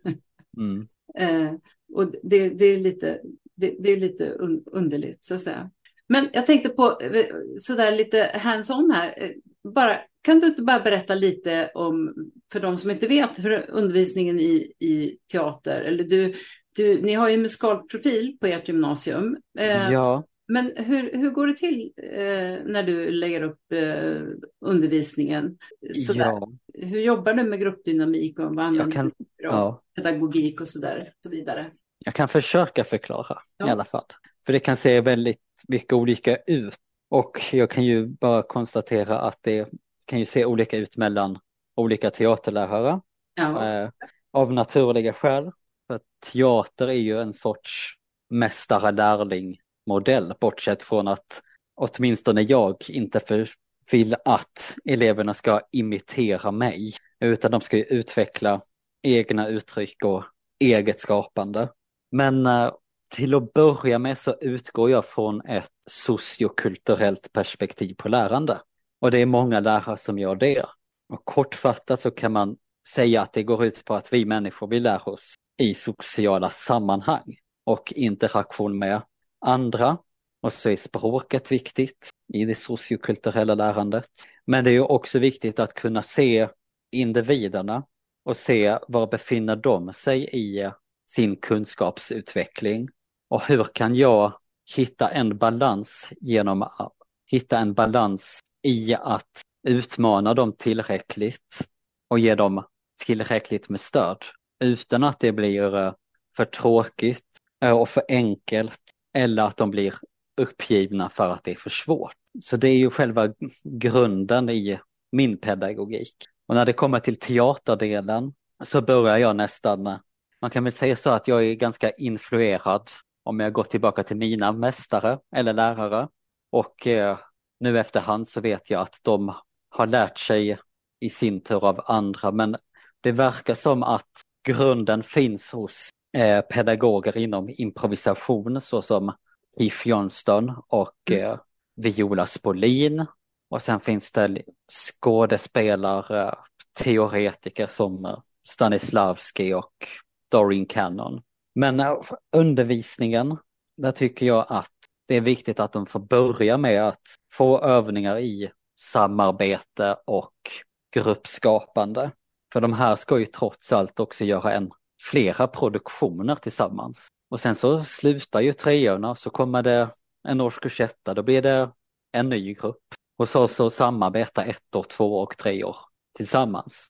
Och det är lite underligt, så att säga. Men jag tänkte på sådär lite hands-on här. Kan du inte bara berätta lite om, för de som inte vet, hur undervisningen i teater, eller ni har ju musikalprofil på ert gymnasium. Men hur går det till när du lägger upp undervisningen? Hur jobbar du med gruppdynamik och vad använder du av pedagogik och så vidare? Jag kan försöka förklara i alla fall. För det kan se väldigt mycket olika ut. Och jag kan ju bara konstatera att det kan ju se olika ut mellan olika teaterlärare. Av naturliga skäl. För teater är ju en sorts mästare-lärling-modell. Bortsett från att åtminstone jag inte vill att eleverna ska imitera mig. Utan de ska ju utveckla egna uttryck och eget skapande. Men till att börja med så utgår jag från ett sociokulturellt perspektiv på lärande. Och det är många lärare som gör det. Och kortfattat så kan man säga att det går ut på att vi människor vill lära oss i sociala sammanhang och interaktion med andra. Och så är språket viktigt i det sociokulturella lärandet. Men det är ju också viktigt att kunna se individerna och se var befinner de sig i sin kunskapsutveckling. Och hur kan jag hitta en balans genom att hitta en balans i att utmana dem tillräckligt och ge dem tillräckligt med stöd utan att det blir för tråkigt och för enkelt eller att de blir uppgivna för att det är för svårt. Så det är ju själva grunden i min pedagogik. Och när det kommer till teaterdelen så börjar jag nästan, man kan väl säga så att jag är ganska influerad om jag går tillbaka till mina mästare eller lärare. Och nu efterhand så vet jag att de har lärt sig i sin tur av andra. Men det verkar som att grunden finns hos pedagoger inom improvisation såsom Keith Johnston och Viola Spolin. Och sen finns det skådespelare, teoretiker som Stanislavski och Doreen Cannon. Men undervisningen, där tycker jag att det är viktigt att de får börja med att få övningar i samarbete och gruppskapande. För de här ska ju trots allt också göra flera produktioner tillsammans. Och sen så slutar ju treorna och så kommer det en årskurs 1, då blir det en ny grupp. Och så samarbeta 1 år, 2 och 3 år tillsammans.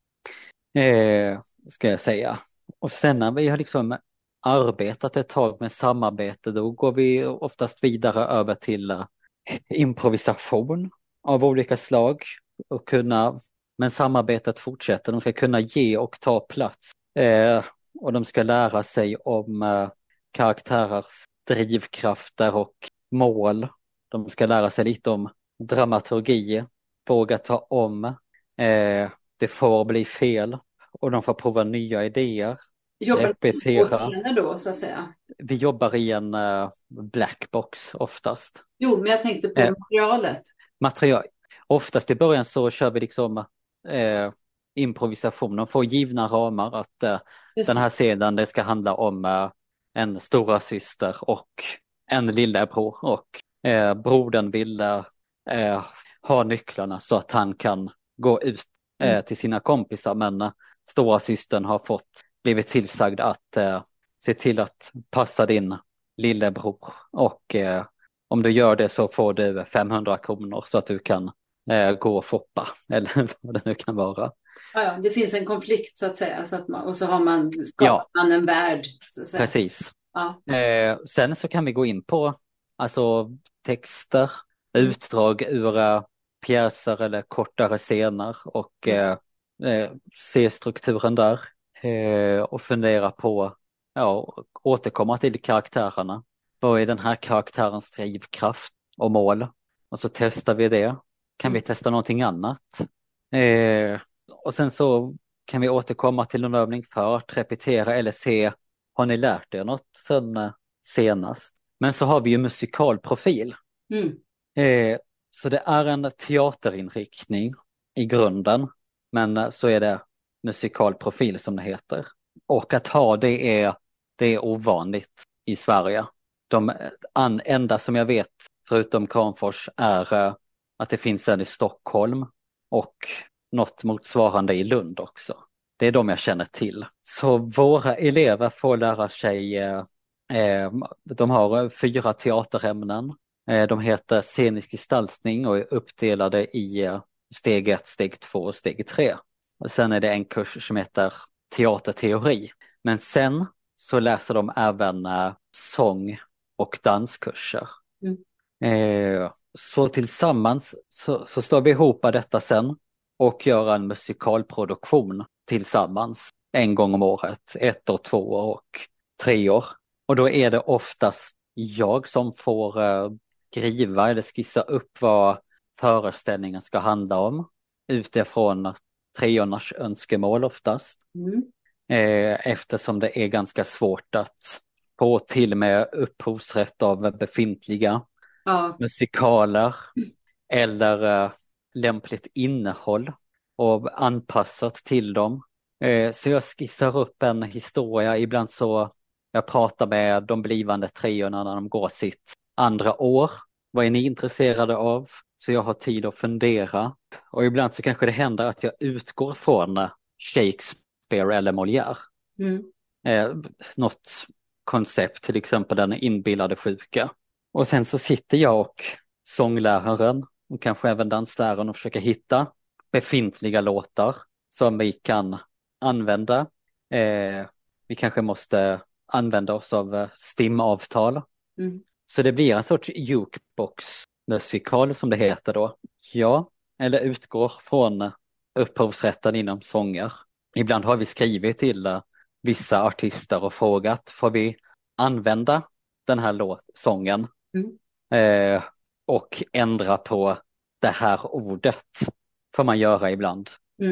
Ska jag säga. Och sen när vi har liksom arbetat ett tag med samarbete, då går vi oftast vidare över till improvisation av olika slag. Men samarbetet fortsätter, de ska kunna ge och ta plats. Och de ska lära sig om karaktärers drivkrafter och mål. De ska lära sig lite om dramaturgi, våga ta om, det får bli fel och de får prova nya idéer. Jobbar på scener då, så att säga? Vi jobbar i en blackbox oftast. Jo, men jag tänkte på materialet. Oftast i början så kör vi liksom improvisation. De får givna ramar att den här scenen det ska handla om en stora syster och en lillebror och brodern vill ha nycklarna så att han kan gå ut till sina kompisar, men stora systern har blivit tillsagd att se till att passa din lillebror och om du gör det så får du 500 kronor så att du kan gå och foppa eller vad det nu kan vara. Ja, det finns en konflikt så att säga, så att och så har man skapat man en värld. Så att säga. Precis. Ja. Sen så kan vi gå in på alltså texter, utdrag ur pjäser eller kortare scener och se strukturen där och fundera på, återkomma till karaktärerna. Vad är den här karaktärens drivkraft och mål? Och så testar vi det. Kan vi testa någonting annat? Och sen så kan vi återkomma till en övning för att repetera eller se, har ni lärt er något sen senast? Men så har vi ju musikalprofil. Så det är en teaterinriktning i grunden, men så är det musikalprofil som det heter. Och att ha det är ovanligt i Sverige. De enda som jag vet förutom Kramfors är att det finns en i Stockholm och något motsvarande i Lund också. Det är de jag känner till. Så våra elever får lära sig, de har 4 teaterämnen. De heter scenisk gestaltning och är uppdelade i steg 1, steg 2 och steg 3. Och sen är det en kurs som heter teaterteori. Men sen så läser de även sång- och danskurser. Så tillsammans så slår vi ihop detta sen och gör en musikalproduktion tillsammans en gång om året, 1 år, 2 år och 3 år. Och då är det oftast jag som får skriva eller skissa upp vad föreställningen ska handla om utifrån 3:ornas önskemål oftast. Eftersom det är ganska svårt att få till med upphovsrätt av befintliga musikaler eller lämpligt innehåll och anpassat till dem. Så jag skissar upp en historia, ibland så jag pratar med de blivande 3:orna när de går sitt andra år. Vad är ni intresserade av? Så jag har tid att fundera. Och ibland så kanske det händer att jag utgår från Shakespeare eller Molière. Något koncept, till exempel den inbillade sjuka. Och sen så sitter jag och sångläraren och kanske även dansläraren och försöker hitta befintliga låtar som vi kan använda. Vi kanske måste använda oss av STIM-avtal. Så det blir en sorts jukebox-musikal som det heter då. Ja, eller utgår från upphovsrätten inom sånger. Ibland har vi skrivit till vissa artister och frågat, får vi använda den här sången och ändra på det här ordet? Får man göra ibland.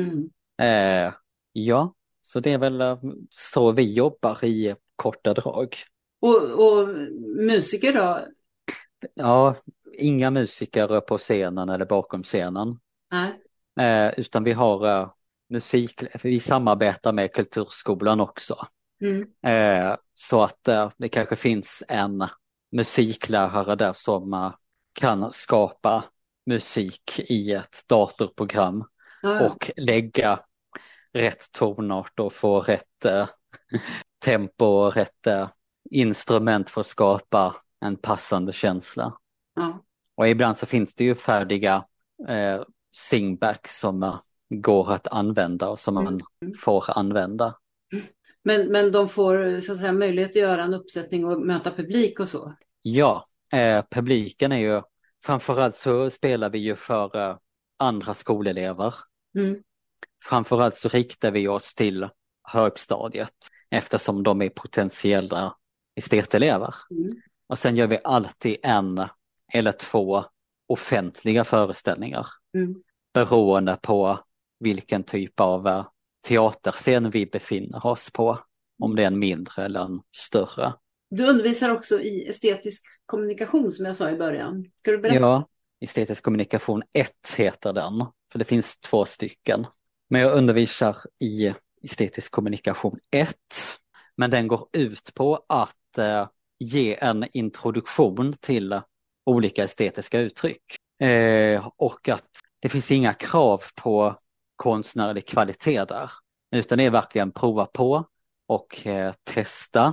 Ja, så det är väl så vi jobbar i korta drag. Och musiker då? Ja, inga musiker på scenen eller bakom scenen. Utan vi har musik, vi samarbetar med Kulturskolan också. Så att det kanske finns en musiklärare där som kan skapa musik i ett datorprogram och lägga rätt tonart och få rätt tempo och rätt instrument för att skapa en passande känsla. Och ibland så finns det ju färdiga singbacks som går att använda och som man får använda. Men de får så att säga möjlighet att göra en uppsättning och möta publik och så? Ja, publiken är ju, framförallt så spelar vi ju för andra skolelever. Framförallt så riktar vi oss till högstadiet eftersom de är potentiella estetelever. Och sen gör vi alltid 1 eller 2 offentliga föreställningar beroende på vilken typ av teaterscen vi befinner oss på. Om det är en mindre eller en större. Du undervisar också i estetisk kommunikation som jag sa i början. Ska du berätta? Ja, estetisk kommunikation 1 heter den. För det finns 2 stycken. Men jag undervisar i estetisk kommunikation 1. Men den går ut på att ge en introduktion till olika estetiska uttryck. Och att det finns inga krav på konstnärlig kvalitet där. Utan det är verkligen prova på och testa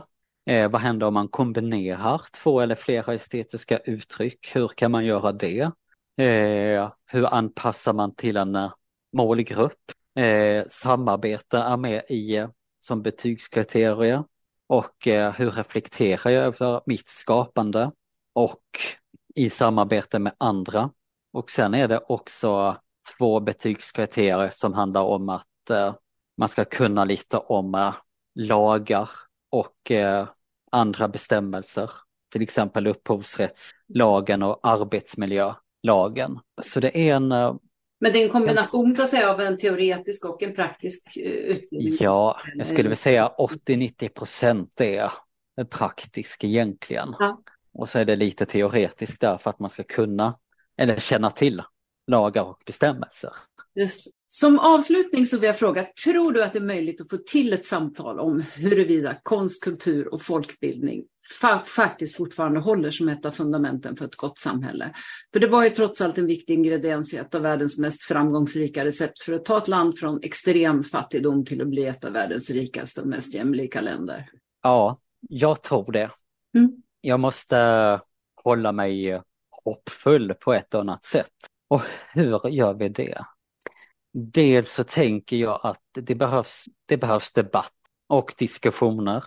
Vad händer om man kombinerar 2 eller flera estetiska uttryck? Hur kan man göra det? Hur anpassar man till en målgrupp? Samarbete är med som betygskriterier. Och hur reflekterar jag över mitt skapande? Och i samarbete med andra. Och sen är det också 2 betygskriterier som handlar om att man ska kunna lite om lagar och andra bestämmelser. Till exempel upphovsrättslagen och arbetsmiljölagen. Så det är Men det är en kombination så att säga, av en teoretisk och en praktisk utbildning? Ja, jag skulle väl säga 80-90% är praktisk egentligen. Ja. Och så är det lite teoretiskt där för att man ska kunna eller känna till lagar och bestämmelser. Just. Som avslutning så vill jag fråga, tror du att det är möjligt att få till ett samtal om huruvida konst, kultur och folkbildning faktiskt fortfarande håller som ett av fundamenten för ett gott samhälle? För det var ju trots allt en viktig ingrediens i ett av världens mest framgångsrika recept för att ta ett land från extrem fattigdom till att bli ett av världens rikaste och mest jämlika länder. Ja, jag tror det. Jag måste hålla mig hoppfull på ett annat sätt. Och hur gör vi det? Dels så tänker jag att det behövs debatt och diskussioner.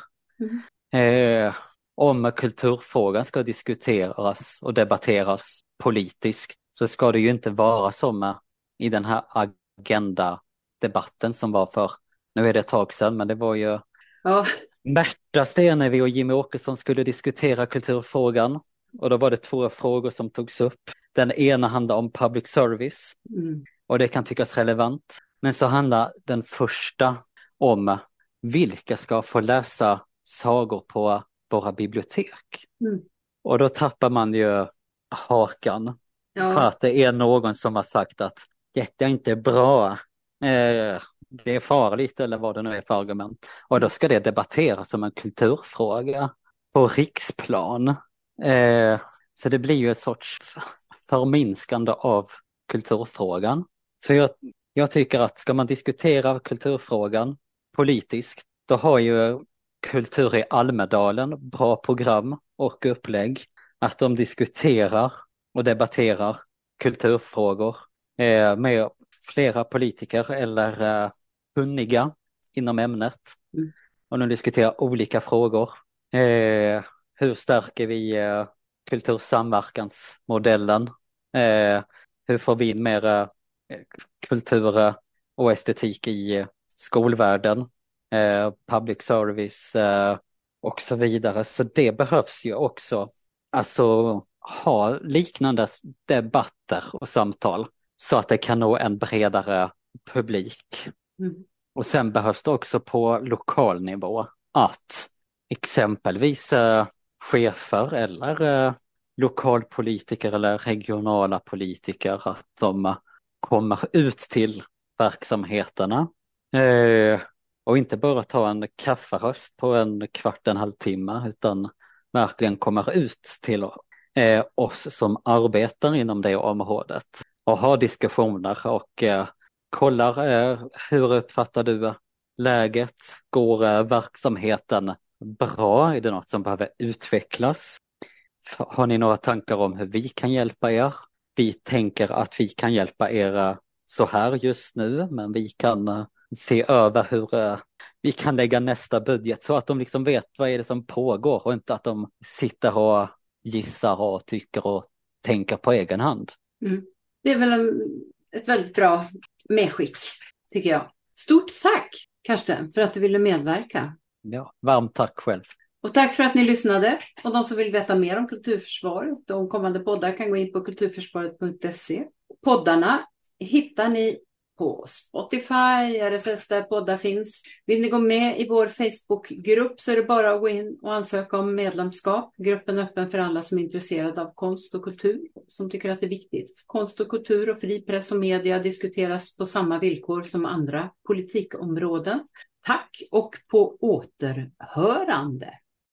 Om kulturfrågan ska diskuteras och debatteras politiskt så ska det ju inte vara som i den här agenda-debatten som var för, nu är det ett tag sedan, men det var ju Märta Stenevi och Jimmy Åkesson skulle diskutera kulturfrågan och då var det 2 frågor som togs upp. Den ena handlar om public service. Och det kan tyckas relevant. Men så handlar den första om vilka ska få läsa sagor på våra bibliotek. Och då tappar man ju hakan. Ja. För att det är någon som har sagt att detta är inte bra. Det är farligt eller vad det nu är för argument. Och då ska det debatteras som en kulturfråga på riksplan. Så det blir ju ett sorts förminskande av kulturfrågan. Så jag tycker att ska man diskutera kulturfrågan politiskt, då har ju Kultur i Almedalen bra program och upplägg. Att de diskuterar och debatterar kulturfrågor med flera politiker eller kunniga inom ämnet. Och de diskuterar olika frågor. Hur stärker vi kultursamverkansmodellen? Hur får vi in mer kultur och estetik i skolvärlden, public service och så vidare. Så det behövs ju också alltså ha liknande debatter och samtal så att det kan nå en bredare publik. Och sen behövs det också på lokal nivå att exempelvis chefer eller lokalpolitiker eller regionala politiker att de kommer ut till verksamheterna och inte bara ta en kafferöst på en kvart, en halvtimme utan verkligen kommer ut till oss som arbetar inom det området och har diskussioner och kollar hur uppfattar du läget, går verksamheten bra, är det något som behöver utvecklas? Har ni några tankar om hur vi kan hjälpa er? Vi tänker att vi kan hjälpa er så här just nu, men vi kan se över hur vi kan lägga nästa budget så att de liksom vet vad är det som pågår och inte att de sitter och gissar och tycker och tänker på egen hand. Det är väl ett väldigt bra medskick tycker jag. Stort tack Karsten för att du ville medverka. Ja, varmt tack själv. Och tack för att ni lyssnade. Och de som vill veta mer om kulturförsvaret, de kommande poddar kan gå in på kulturförsvaret.se. Poddarna hittar ni på Spotify, RSS där poddar finns. Vill ni gå med i vår Facebookgrupp så är det bara att gå in och ansöka om medlemskap. Gruppen är öppen för alla som är intresserade av konst och kultur, som tycker att det är viktigt. Konst och kultur och fri press och media diskuteras på samma villkor som andra politikområden. Tack och på återhörande.